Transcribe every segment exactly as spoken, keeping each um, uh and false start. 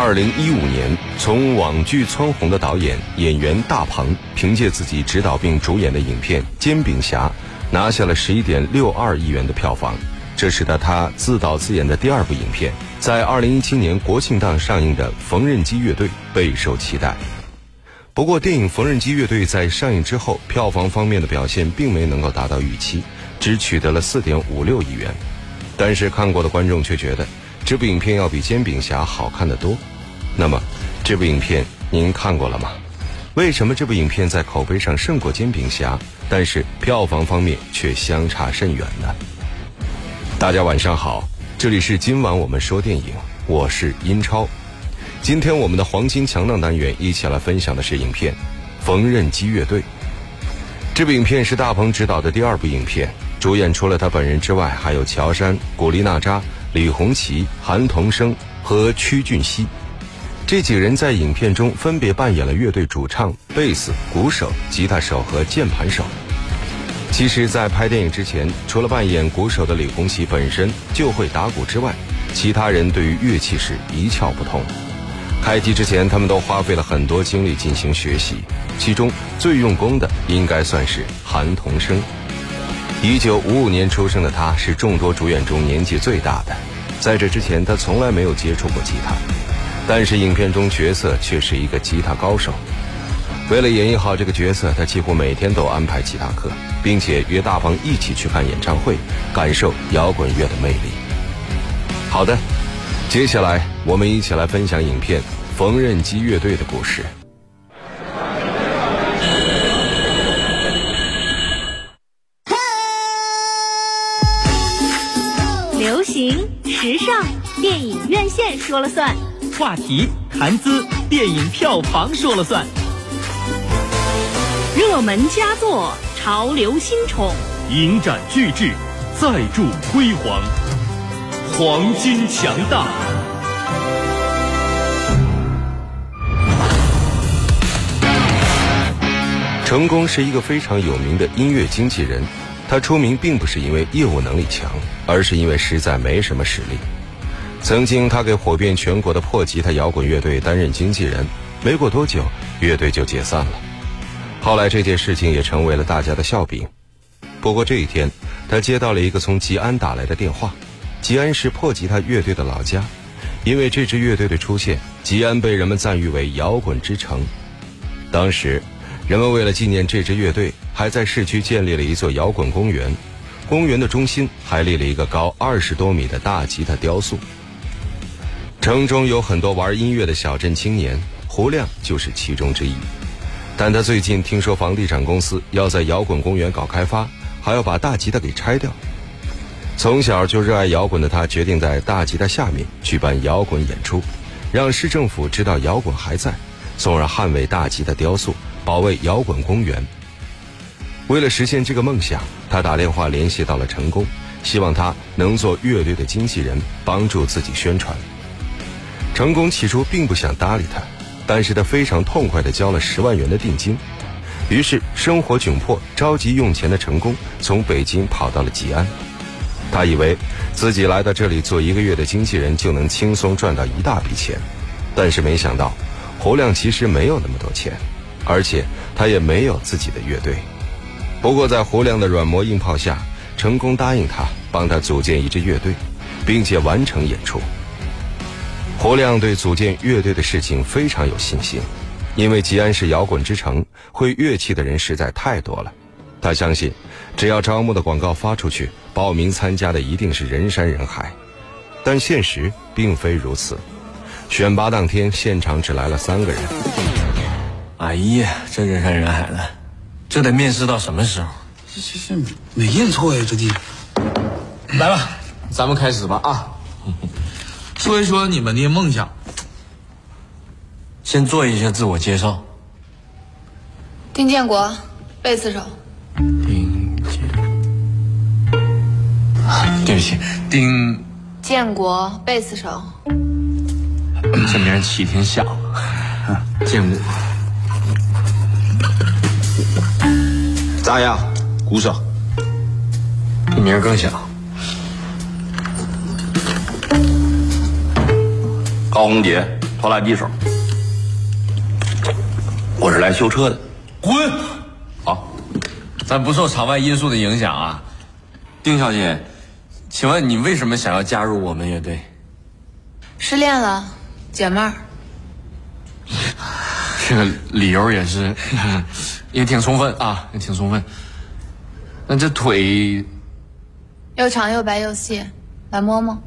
二零一五年，从网剧蹿红的导演演员大鹏，凭借自己执导并主演的影片《煎饼侠》，拿下了十一点六二亿元的票房，这使得他自导自演的第二部影片，在二零一七年国庆档上映的《缝纫机乐队》备受期待。不过，电影《缝纫机乐队》在上映之后，票房方面的表现并没能够达到预期，只取得了四点五六亿元。但是看过的观众却觉得这部影片要比《煎饼侠》好看得多。那么，这部影片您看过了吗？为什么这部影片在口碑上胜过《煎饼侠》，但是票房方面却相差甚远呢？大家晚上好，这里是今晚我们说电影，我是英超。今天我们的黄金强档单元一起来分享的是影片《缝纫机乐队》。这部影片是大鹏执导的第二部影片，主演除了他本人之外，还有乔杉、古力娜扎、李红旗、韩童生和曲俊熙。这几人在影片中分别扮演了乐队主唱、贝斯、鼓手、吉他手和键盘手。其实在拍电影之前，除了扮演鼓手的李红旗本身就会打鼓之外，其他人对于乐器是一窍不通。开机之前，他们都花费了很多精力进行学习，其中最用功的应该算是韩童生。一九五五年出生的他，是众多主演中年纪最大的。在这之前，他从来没有接触过吉他，但是影片中角色却是一个吉他高手。为了演绎好这个角色，他几乎每天都安排吉他课，并且约大鹏一起去看演唱会，感受摇滚乐的魅力。好的，接下来我们一起来分享影片《缝纫机乐队》的故事。 流行、时尚，电影院线说了算； 话题、谈资，电影票房说了算； 热门佳作，潮流新宠， 影展巨制，再铸辉煌，黄金强大。 成功是一个非常有名的音乐经纪人，他出名并不是因为业务能力强，而是因为实在没什么实力。曾经他给火遍全国的破吉他摇滚乐队担任经纪人，没过多久乐队就解散了。后来这件事情也成为了大家的笑柄。不过这一天，他接到了一个从吉安打来的电话。吉安是破吉他乐队的老家，因为这支乐队的出现，吉安被人们赞誉为摇滚之城。当时人们为了纪念这支乐队，还在市区建立了一座摇滚公园，公园的中心还立了一个高二十多米的大吉他雕塑。城中有很多玩音乐的小镇青年，胡亮就是其中之一。但他最近听说房地产公司要在摇滚公园搞开发，还要把大吉他给拆掉。从小就热爱摇滚的他，决定在大吉他下面举办摇滚演出，让市政府知道摇滚还在，从而捍卫大吉他雕塑，保卫摇滚公园。为了实现这个梦想，他打电话联系到了成功，希望他能做乐队的经纪人，帮助自己宣传。成功起初并不想搭理他，但是他非常痛快地交了十万元的定金。于是生活窘迫、着急用钱的成功从北京跑到了吉安。他以为自己来到这里做一个月的经纪人就能轻松赚到一大笔钱，但是没想到胡亮其实没有那么多钱，而且他也没有自己的乐队。不过在胡亮的软磨硬泡下，成功答应他帮他组建一支乐队，并且完成演出。胡亮对组建乐队的事情非常有信心，因为吉安是摇滚之城，会乐器的人实在太多了。他相信只要招募的广告发出去，报名参加的一定是人山人海。但现实并非如此，选拔当天现场只来了三个人。 哎呀，这人山人海的，这得面试到什么时候？ 这这这没认错呀，这地。 来吧，咱们开始吧啊！ 说一说你们的梦想。 先做一下自我介绍。 丁建国，贝斯手。 丁建，对不起，丁建国，贝斯手。 这名起挺响。建国。 扎样，鼓手。 这名更响。 高洪杰， 拖拉机手。我是来修车的。 滚！ 好， 咱不受场外因素的影响啊。丁小姐，请问你为什么想要加入我们乐队？ 失恋了，解闷儿。 这个理由也是也挺充分啊，也挺充分。那这腿又长又白又细，来摸摸。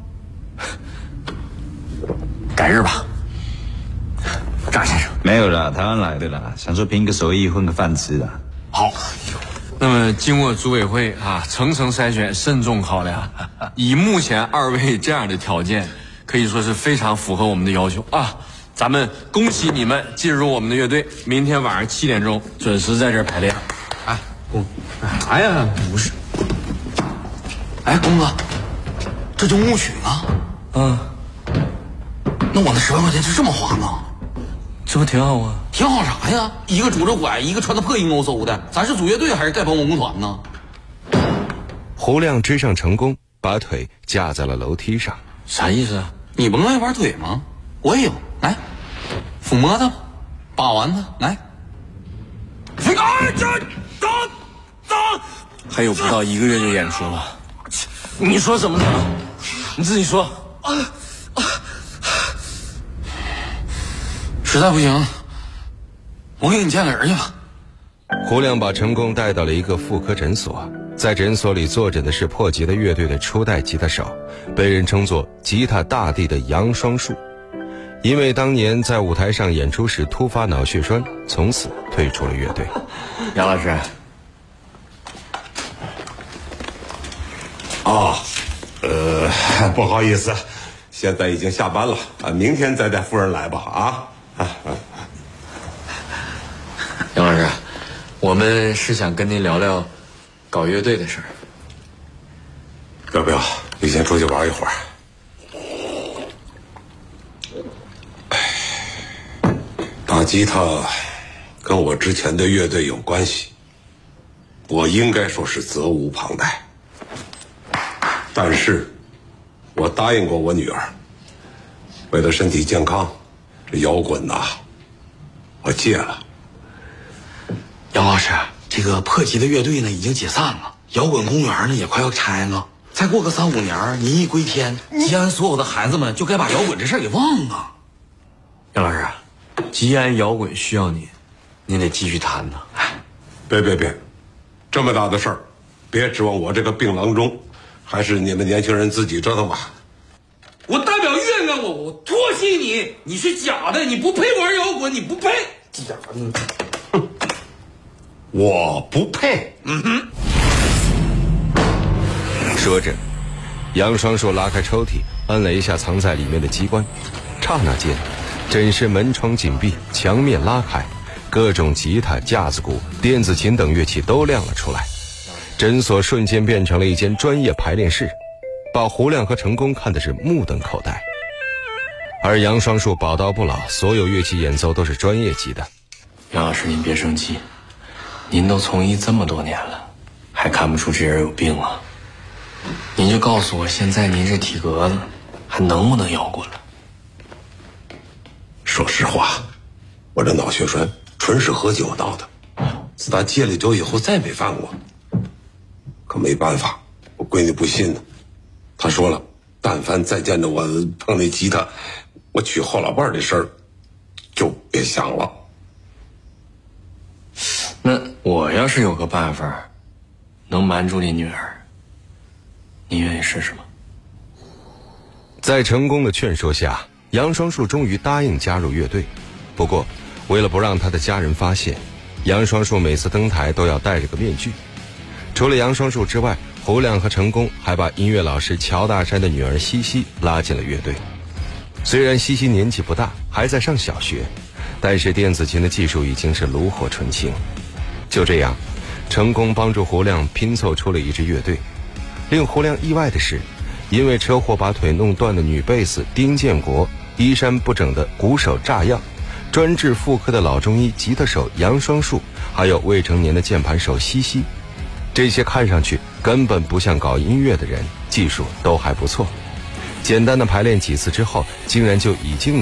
改日吧，张先生。 没有了，台湾来的啦，想说拼个手艺混个饭吃的。 好，那么经过组委会啊层层筛选、慎重考量，以目前二位这样的条件，可以说是非常符合我们的要求啊。咱们恭喜你们进入我们的乐队，明天晚上七点钟准时在这儿排练。 哎，公，哎呀，不是。哎，公子，这就木曲呢？ 嗯， 那我那十万块钱是这么花呢？ 这不挺好啊？ 挺好啥呀？一个拄着拐，一个穿的破衣欧嗖的，咱是组乐队还是丐帮文工团呢？ 胡亮追上成功，把腿架在了楼梯上。 啥意思啊？ 你不爱玩腿吗？我也有，来，抚摸它，把玩它，来。哎，这，走，走。 还有不到一个月就演出了，你说什么呢？你自己说。啊啊！ 实在不行，我给你见个人去吧。 胡亮把成功带到了一个妇科诊所，在诊所里坐着的是破吉他乐队的初代吉他手，被人称作吉他大帝的杨双树。因为当年在舞台上演出时突发脑血栓，从此退出了乐队。 杨老师。 哦，呃，不好意思，现在已经下班了啊，明天再带夫人来吧啊。啊啊杨老师，我们是想跟您聊聊搞乐队的事儿。 要不要？你先出去玩一会儿。打吉他跟我之前的乐队有关系，我应该说是责无旁贷。但是，我答应过我女儿，为了身体健康，这摇滚呐，我戒了。 杨老师，这个破吉的乐队呢已经解散了，摇滚公园呢也快要拆了。再过个三五年，您一归天，吉安所有的孩子们就该把摇滚这事儿给忘了。 杨老师，吉安摇滚需要你，您得继续弹呢。 别别别，这么大的事儿，别指望我这个病郎中，还是你们年轻人自己折腾吧。 我代表乐乐，我我唾弃你，你是假的，你不配玩摇滚，你不配。假的， 我不配。 嗯哼。 说着，杨双树拉开抽屉，按了一下藏在里面的机关，刹那间，诊室门窗紧闭，墙面拉开，各种吉他、架子鼓、电子琴等乐器都亮了出来。诊所瞬间变成了一间专业排练室，把胡亮和成功看的是目瞪口呆。而杨双树宝刀不老，所有乐器演奏都是专业级的。 杨老师，您别生气，您都从医这么多年了，还看不出这人有病啊？您就告诉我，现在您这体格子还能不能摇滚了？ 说实话，我这脑血栓纯是喝酒闹的，自打戒了酒以后再没犯过。可没办法，我闺女不信呢，她说了，但凡再见着我碰那吉他，我娶后老伴儿的事儿就别想了。 那我要是有个办法能瞒住你女儿，你愿意试试吗？ 在成功的劝说下，杨双树终于答应加入乐队。不过为了不让他的家人发现，杨双树每次登台都要戴着个面具。除了杨双树之外，胡亮和成功还把音乐老师乔大山的女儿西西拉进了乐队。虽然西西年纪不大，还在上小学，但是电子琴的技术已经是炉火纯青。就这样，成功帮助胡亮拼凑出了一支乐队。令胡亮意外的是，因为车祸把腿弄断的女贝斯丁建国，衣衫不整的鼓手炸样，专治妇科的老中医吉他手杨双树，还有未成年的键盘手西西，这些看上去根本不像搞音乐的人，技术都还不错。简单的排练几次之后，竟然就已经能够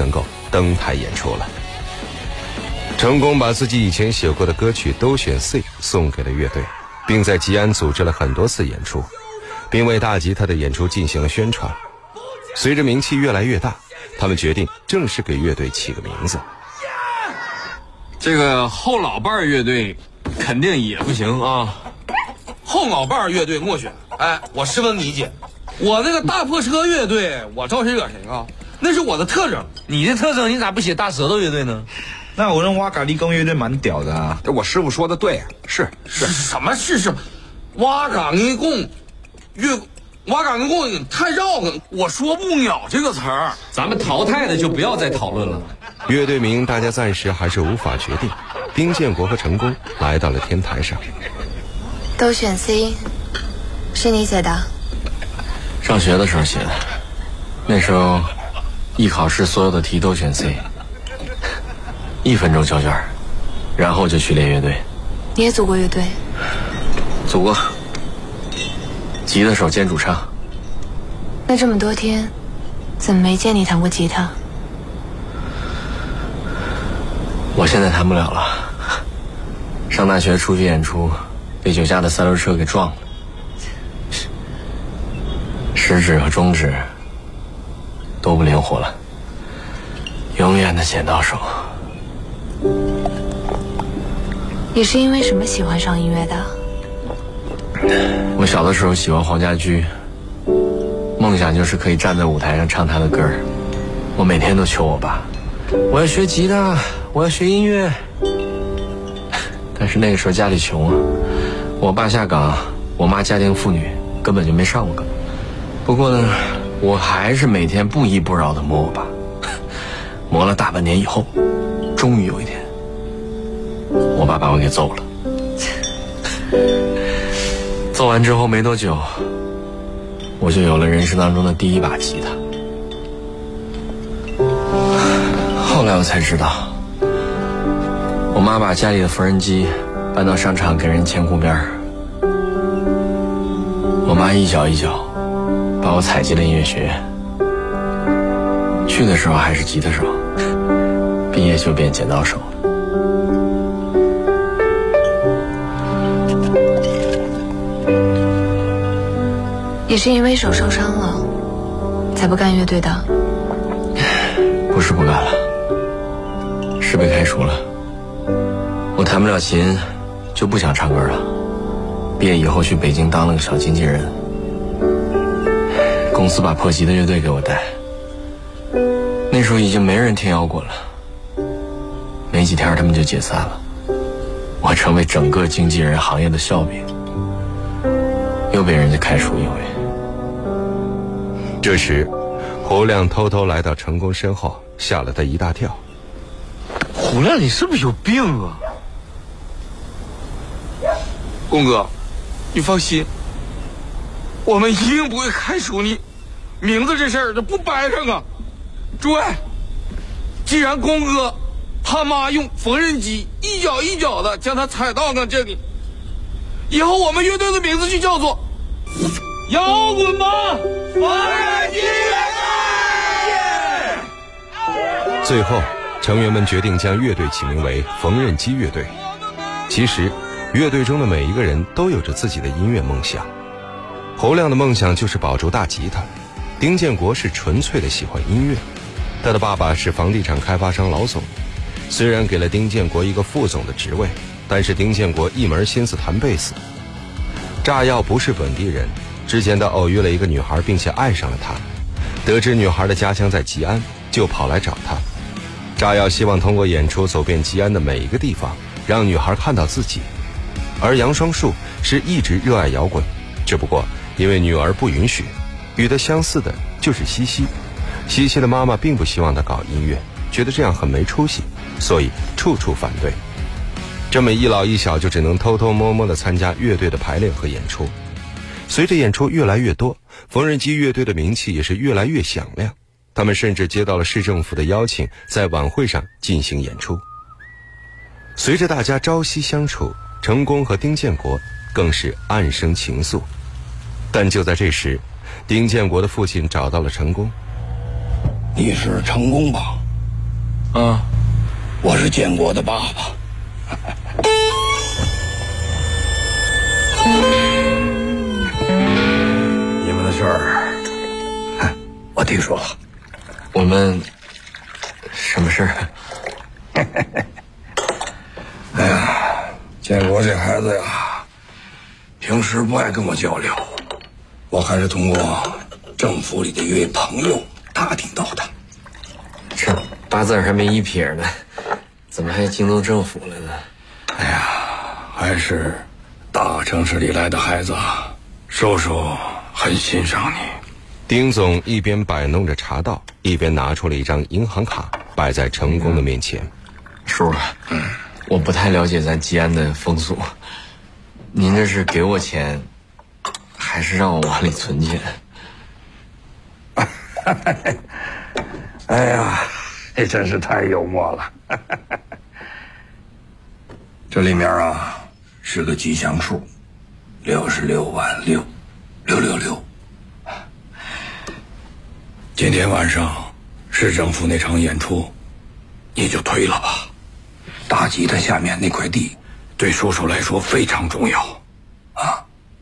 登台演出了。成功把自己以前写过的歌曲都选 C 送给了乐队，并在吉安组织了很多次演出，并为大吉他的演出进行了宣传。随着名气越来越大，他们决定正式给乐队起个名字。 这个后老伴儿乐队肯定也不行啊。 后老伴儿乐队默选。哎，我十分理解。我那个大破车乐队，我招谁惹谁啊？那是我的特征。 你的特征，你咋不写大舌头乐队呢？ 那我认为瓦嘎利工乐队蛮屌的啊。 这我师傅说的对，是是什么是什么？瓦嘎利贡乐。瓦岗跟共太绕了，我说不了这个词儿。 咱们淘汰的就不要再讨论了。 乐队名大家暂时还是无法决定。丁建国和成功来到了天台上。 都选 C， 是你写的？ 上学的时候写的，那时候艺考试所有的题都选 C， 一分钟交卷，然后就去练乐队。 你也组过乐队？ 组过。吉他手兼主唱。 那这么多天，怎么没见你弹过吉他？ 我现在弹不了了。上大学出去演出，被酒驾的三轮车给撞了，食指和中指都不灵活了，永远的剪刀手。 你是因为什么喜欢上音乐的？ 我小的时候喜欢黄家驹，梦想就是可以站在舞台上唱他的歌儿。我每天都求我爸，我要学吉他，我要学音乐。但是那个时候家里穷啊，我爸下岗，我妈家庭妇女，根本就没上过课。不过呢，我还是每天不依不饶地磨我爸，磨了大半年以后，终于有一天，我爸把我给揍了。揍完之后没多久，我就有了人生当中的第一把吉他。后来我才知道，我妈把家里的缝纫机搬到商场给人牵裤边儿，我妈一脚一脚把我踩进了音乐学院。去的时候还是吉他手，毕业就变剪刀手。 你是因为手受伤了，才不干乐队的？ 不是不干了，是被开除了。我弹不了琴，就不想唱歌了。毕业以后去北京当了个小经纪人，公司把破吉的乐队给我带。那时候已经没人听摇滚了，没几天他们就解散了，我成为整个经纪人行业的笑柄，又被人家开除一回。 这时胡亮偷偷来到成功身后，吓了他一大跳。 胡亮，你是不是有病啊？公哥，你放心，我们一定不会开除你。名字这事儿这不掰上啊。诸位，既然公哥他妈用缝纫机一脚一脚的将他踩到了这里，以后我们乐队的名字就叫做摇滚吧缝纫机乐队。 最后成员们决定将乐队起名为缝纫机乐队。其实乐队中的每一个人都有着自己的音乐梦想。侯亮的梦想就是保住大吉他，丁建国是纯粹的喜欢音乐，他的爸爸是房地产开发商老总，虽然给了丁建国一个副总的职位，但是丁建国一门心思弹贝斯。炸药不是本地人，之前他偶遇了一个女孩，并且爱上了她，得知女孩的家乡在吉安，就跑来找他。炸药希望通过演出走遍吉安的每一个地方，让女孩看到自己。而杨双树是一直热爱摇滚，只不过因为女儿不允许。与他相似的就是西西，西西的妈妈并不希望他搞音乐，觉得这样很没出息，所以处处反对。这么一老一小就只能偷偷摸摸地参加乐队的排练和演出。随着演出越来越多，缝纫机乐队的名气也是越来越响亮，他们甚至接到了市政府的邀请，在晚会上进行演出。随着大家朝夕相处，成功和丁建国更是暗生情愫。但就在这时，丁建国的父亲找到了成功。 你是成功吧？ 啊， 我是建国的爸爸。你们的事儿，我听说了。 我们什么事儿？ 哎呀，建国这孩子呀，平时不爱跟我交流，我还是通过政府里的一位朋友打听到的。 这八字还没一撇呢，怎么还惊动政府了呢？ 哎呀，还是大城市里来的孩子，叔叔很欣赏你。 丁总一边摆弄着茶道，一边拿出了一张银行卡摆在成功的面前。 叔，嗯，我不太了解咱吉安的风俗，您这是给我钱，还是让我往里存钱？ 哎呀，这真是太幽默了。这里面啊是个吉祥数，六十六万六，六六六。今天晚上市政府那场演出，你就退了吧。大吉他下面那块地，对叔叔来说非常重要，啊。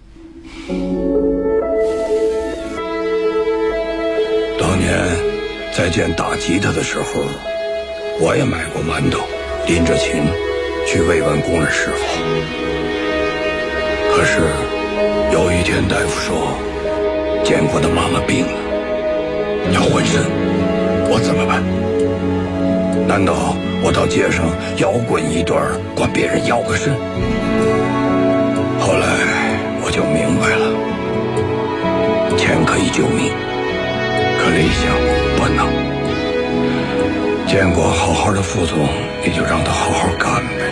当年在建大吉他的时候，我也买过馒头，拎着琴去慰问工人师傅。可是有一天大夫说，建国的妈妈病了，要换肾，我怎么办？难道我到街上摇滚一段，管别人要个肾？后来我就明白了，钱可以救命，可理想不能。建国好好的副总，你就让他好好干呗。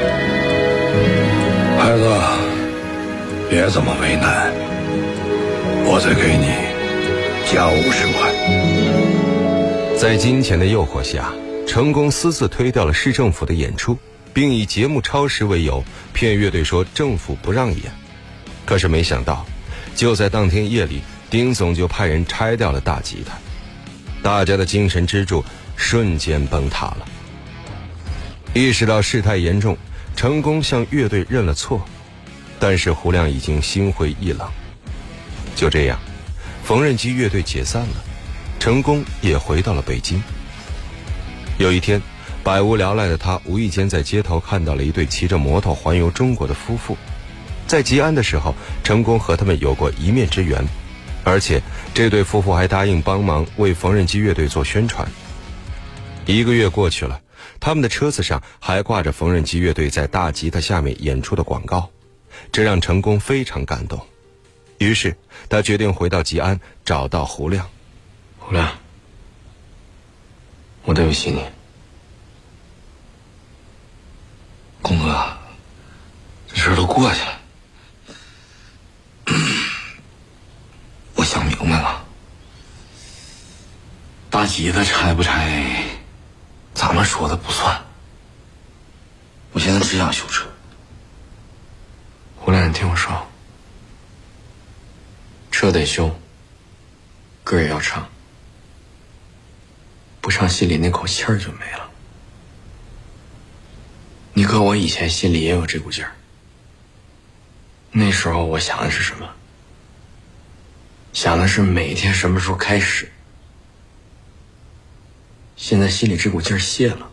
孩子，别这么为难，我再给你加五十万。 在金钱的诱惑下，成功私自推掉了市政府的演出，并以节目超时为由骗乐队说政府不让演。可是没想到，就在当天夜里，丁总就派人拆掉了大吉他，大家的精神支柱瞬间崩塌了。意识到事态严重，成功向乐队认了错，但是胡亮已经心灰意冷。就这样，缝纫机乐队解散了，成功也回到了北京。有一天，百无聊赖的他无意间在街头看到了一对骑着摩托环游中国的夫妇。在吉安的时候，成功和他们有过一面之缘，而且这对夫妇还答应帮忙为缝纫机乐队做宣传。一个月过去了，他们的车子上还挂着缝纫机乐队在大吉他下面演出的广告，这让成功非常感动。于是他决定回到吉安找到胡亮。 胡亮，我对不起你。 公哥，这事都过去了。我想明白了，大吉他拆不拆，咱们说的不算。我现在只想修车。 胡亮，你听我说，车得修，歌也要唱，不唱心里那口气儿就没了。你哥我以前心里也有这股劲儿，那时候我想的是什么？想的是每天什么时候开始。现在心里这股劲儿泄了，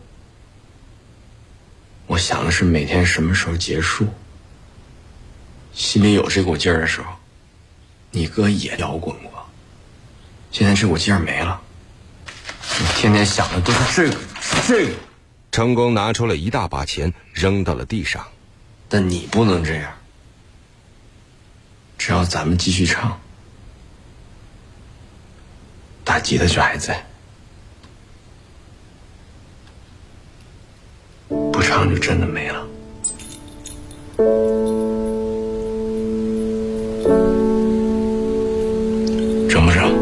我想的是每天什么时候结束。心里有这股劲儿的时候，你哥也摇滚过，现在这股劲儿没了，你天天想的都是这个这个。 成功拿出了一大把钱扔到了地上。 但你不能这样，只要咱们继续唱，大吉他就还在，不唱就真的没了。整不整？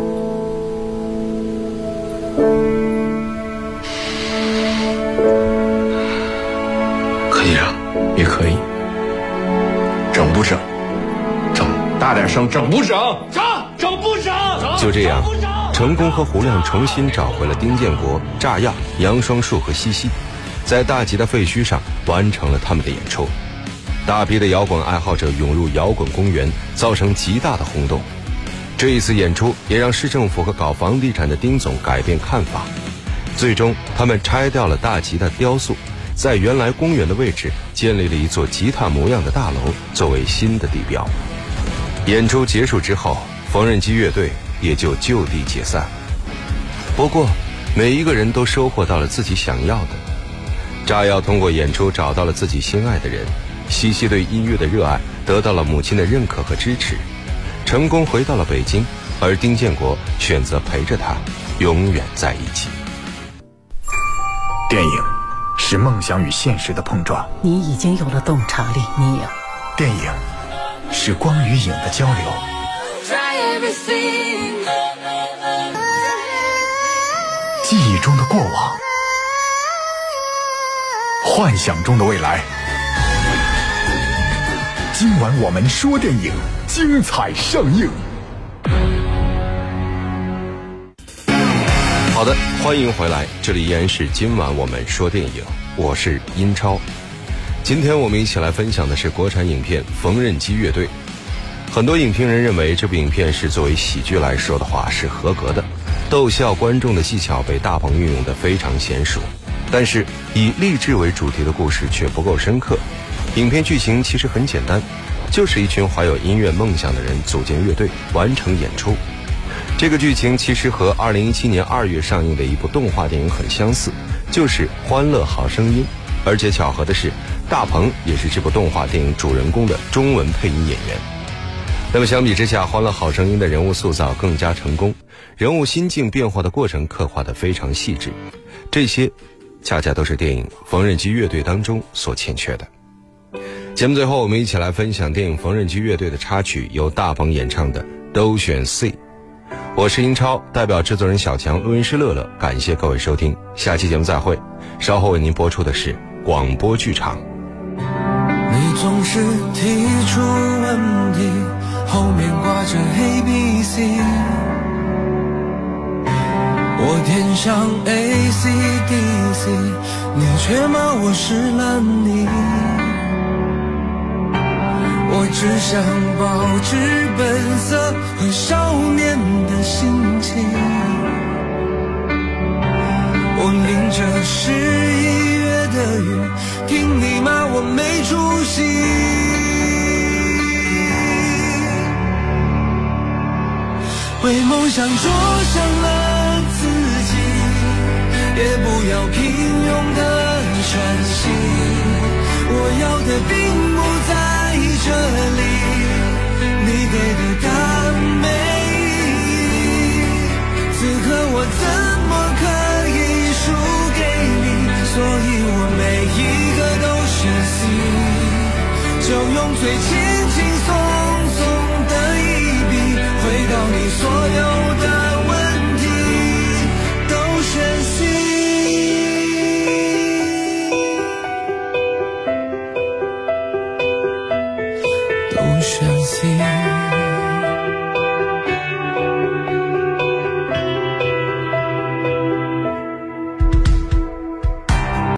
可以整，也可以。整不整？整大点声，整不整？整整不整？ 就这样， 成功和胡亮重新找回了丁建国、炸药、杨双树和西西，在大吉的废墟上完成了他们的演出。大批的摇滚爱好者涌入摇滚公园，造成极大的轰动。这一次演出也让市政府和搞房地产的丁总改变看法，最终他们拆掉了大吉的雕塑，在原来公园的位置建立了一座吉他模样的大楼作为新的地标。演出结束之后，缝纫机乐队也就就地解散。不过每一个人都收获到了自己想要的。炸药通过演出找到了自己心爱的人，西西对音乐的热爱得到了母亲的认可和支持，成功回到了北京，而丁建国选择陪着他永远在一起。 电影是梦想与现实的碰撞， 你已经有了洞察力，你有。 电影是光与影的交流，记忆中的过往，幻想中的未来。今晚我们说电影，精彩上映。 好的，欢迎回来，这里依然是今晚我们说电影，我是英超。今天我们一起来分享的是国产影片《缝纫机乐队》。很多影评人认为这部影片是作为喜剧来说的话是合格的，逗笑观众的技巧被大鹏运用得非常娴熟，但是以励志为主题的故事却不够深刻。影片剧情其实很简单，就是一群怀有音乐梦想的人组建乐队完成演出。这个剧情其实和二零一七年二月上映的一部动画电影很相似，就是《欢乐好声音》，而且巧合的是大鹏也是这部动画电影主人公的中文配音演员。那么相比之下，《欢乐好声音》的人物塑造更加成功，人物心境变化的过程刻画得非常细致，这些恰恰都是电影《缝纫机乐队》当中所欠缺的。节目最后我们一起来分享电影《缝纫机乐队》的插曲，由大鹏演唱的都选 C。 我是英超，代表制作人小强，录音师乐乐，感谢各位收听，下期节目再会。稍后为您播出的是广播剧场。 你总是提出问题，后面挂着 A B C， 我填上 A C D C， 你却骂我是烂泥。我只想保持本色和少年的心情，我淋着十一月的雨，听你骂我没出息。为梦想着想了自己，也不要平庸的喘息。我要的并不在这里，你给的答案没意义。此刻我怎么可以输给你？所以我每一个都选 C， 就用最轻轻松松的一笔，回到你所有的问题都选 C。都选 C。